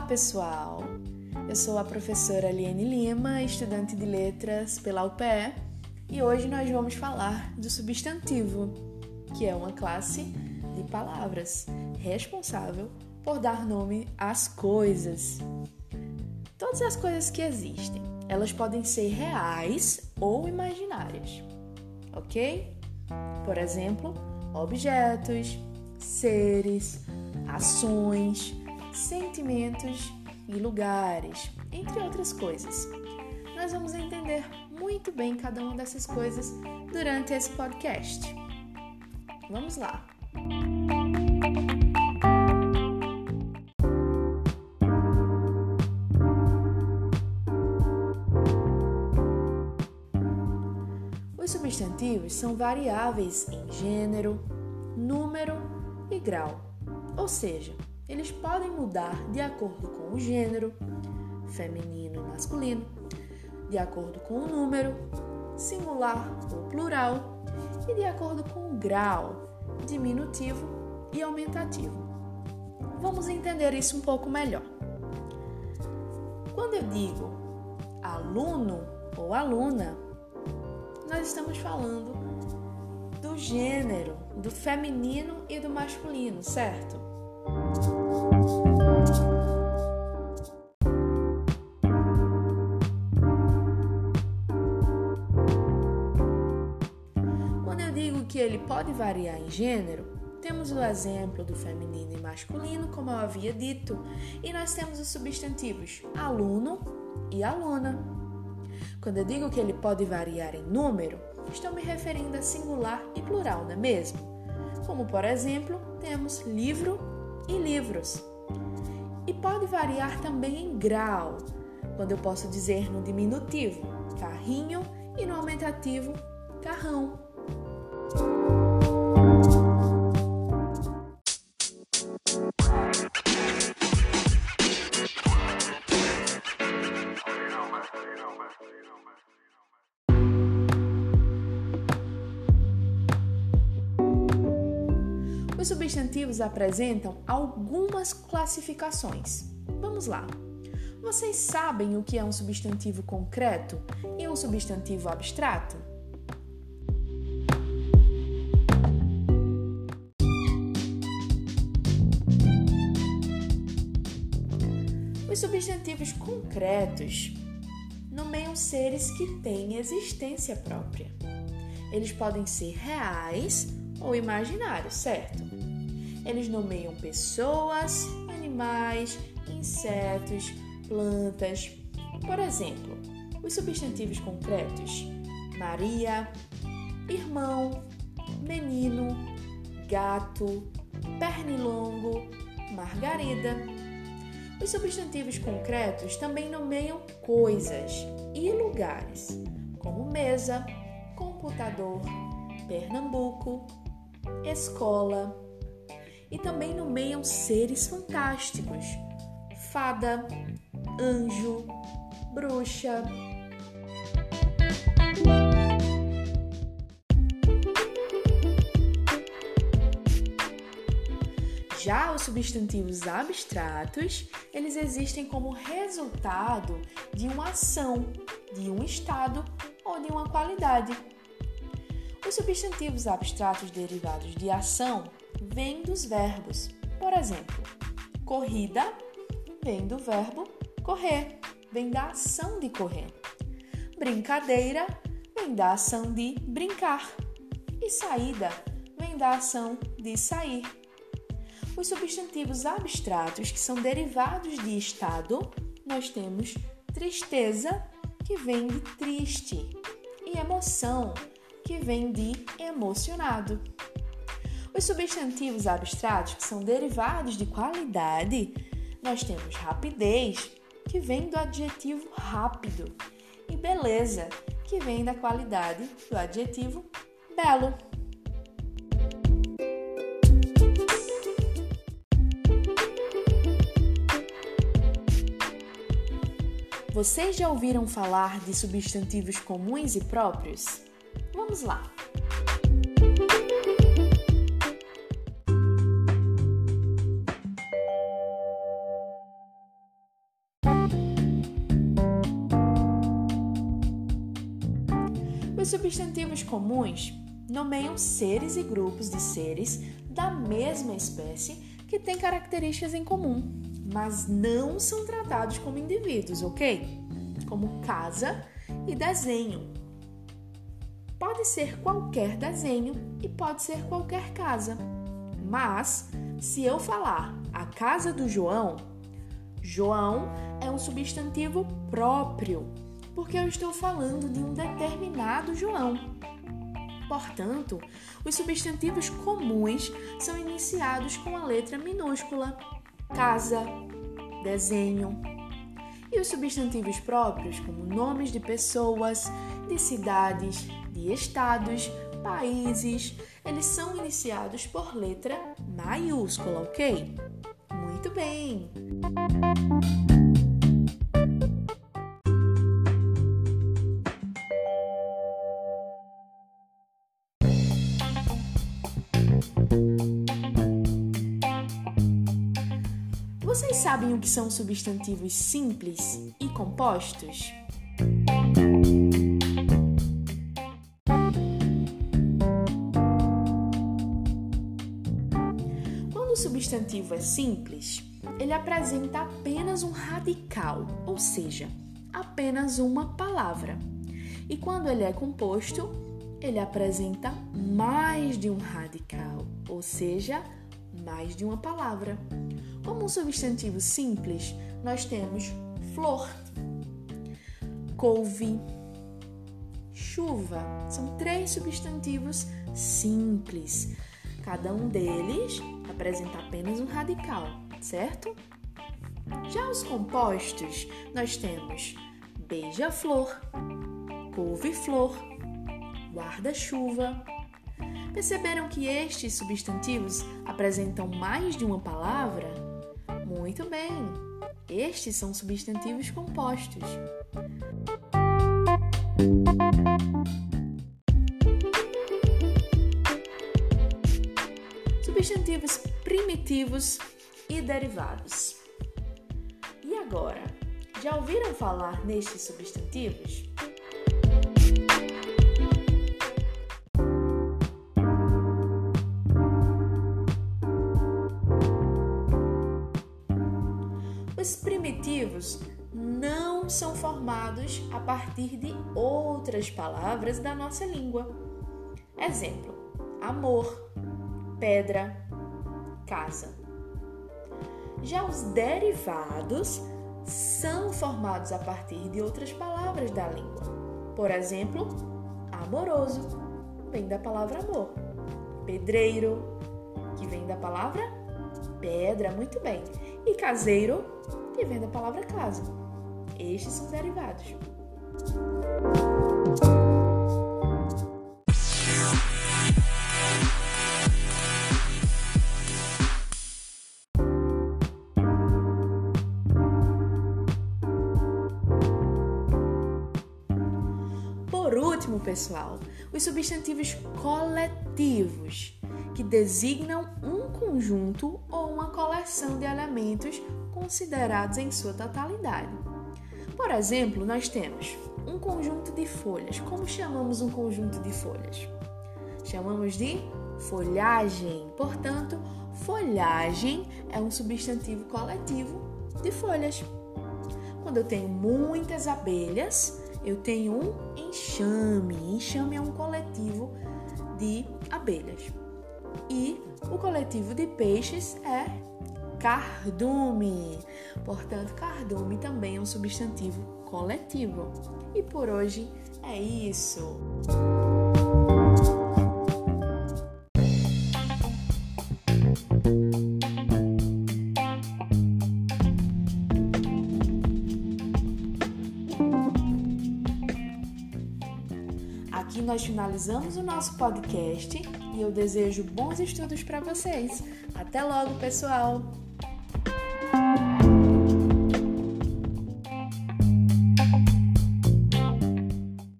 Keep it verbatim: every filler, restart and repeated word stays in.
pessoal! Eu sou a professora Liene Lima, estudante de letras pela U P E, e hoje nós vamos falar do substantivo, que é uma classe de palavras responsável por dar nome às coisas. Todas as coisas que existem, elas podem ser reais ou imaginárias, ok? Por exemplo, objetos, seres, ações, sentimentos e lugares, entre outras coisas. Nós vamos entender muito bem cada uma dessas coisas durante esse podcast. Vamos lá! Os substantivos são variáveis em gênero, número e grau, ou seja, eles podem mudar de acordo com o gênero, feminino e masculino, de acordo com o número, singular ou plural, e de acordo com o grau, diminutivo e aumentativo. Vamos entender isso um pouco melhor. Quando eu digo aluno ou aluna, nós estamos falando do gênero, do feminino e do masculino, certo? Quando eu digo que ele pode variar em gênero, temos o exemplo do feminino e masculino, como eu havia dito, e nós temos os substantivos aluno e aluna. Quando eu digo que ele pode variar em número, estou me referindo a singular e plural, não é mesmo? Como, por exemplo, temos livro e livros. E pode variar também em grau, quando eu posso dizer no diminutivo, carrinho, e no aumentativo, carrão. Os substantivos apresentam algumas classificações. Vamos lá. Vocês sabem o que é um substantivo concreto e um substantivo abstrato? Os substantivos concretos nomeiam seres que têm existência própria. Eles podem ser reais ou imaginários, certo? Eles nomeiam pessoas, animais, insetos, plantas. Por exemplo, os substantivos concretos: Maria, irmão, menino, gato, pernilongo, margarida. Os substantivos concretos também nomeiam coisas e lugares, como mesa, computador, Pernambuco, escola, e também nomeiam seres fantásticos, fada, anjo, bruxa. Já os substantivos abstratos, eles existem como resultado de uma ação, de um estado ou de uma qualidade. Os substantivos abstratos derivados de ação vêm dos verbos. Por exemplo, corrida vem do verbo correr, vem da ação de correr. Brincadeira vem da ação de brincar. E saída vem da ação de sair. Os substantivos abstratos, que são derivados de estado, nós temos tristeza, que vem de triste, e emoção, que vem de emocionado. Os substantivos abstratos, que são derivados de qualidade, nós temos rapidez, que vem do adjetivo rápido, e beleza, que vem da qualidade do adjetivo belo. Vocês já ouviram falar de substantivos comuns e próprios? Vamos lá! Os substantivos comuns nomeiam seres e grupos de seres da mesma espécie que têm características em comum, mas não são tratados como indivíduos, ok? Como casa e desenho. Pode ser qualquer desenho e pode ser qualquer casa. Mas, se eu falar a casa do João, João é um substantivo próprio, porque eu estou falando de um determinado João. Portanto, os substantivos comuns são iniciados com a letra minúscula, casa, desenho. E os substantivos próprios, como nomes de pessoas, de cidades, de estados, países, eles são iniciados por letra maiúscula, ok? Muito bem! Vocês sabem o que são substantivos simples e compostos? Quando o substantivo é simples, ele apresenta apenas um radical, ou seja, apenas uma palavra. E quando ele é composto, ele apresenta mais de um radical, ou seja, mais de uma palavra. Como um substantivo simples, nós temos flor, couve, chuva. São três substantivos simples. Cada um deles apresenta apenas um radical, certo? Já os compostos, nós temos beija-flor, couve-flor, guarda-chuva. Perceberam que estes substantivos apresentam mais de uma palavra? Muito bem! Estes são substantivos compostos. Substantivos primitivos e derivados. E agora, já ouviram falar nestes substantivos? Os primitivos não são formados a partir de outras palavras da nossa língua. Exemplo: amor, pedra, casa. Já os derivados são formados a partir de outras palavras da língua. Por exemplo, amoroso, vem da palavra amor. Pedreiro, que vem da palavra pedra, muito bem. E caseiro, que vem da palavra casa. Estes são derivados. Por último, pessoal, os substantivos coletivos, que designam um conjunto ou uma coleção de elementos considerados em sua totalidade. Por exemplo, nós temos um conjunto de folhas. Como chamamos um conjunto de folhas? Chamamos de folhagem. Portanto, folhagem é um substantivo coletivo de folhas. Quando eu tenho muitas abelhas, eu tenho um enxame. Enxame é um coletivo de abelhas. E o coletivo de peixes é cardume. Portanto, cardume também é um substantivo coletivo. E por hoje é isso. Aqui nós finalizamos o nosso podcast e eu desejo bons estudos para vocês. Até logo, pessoal!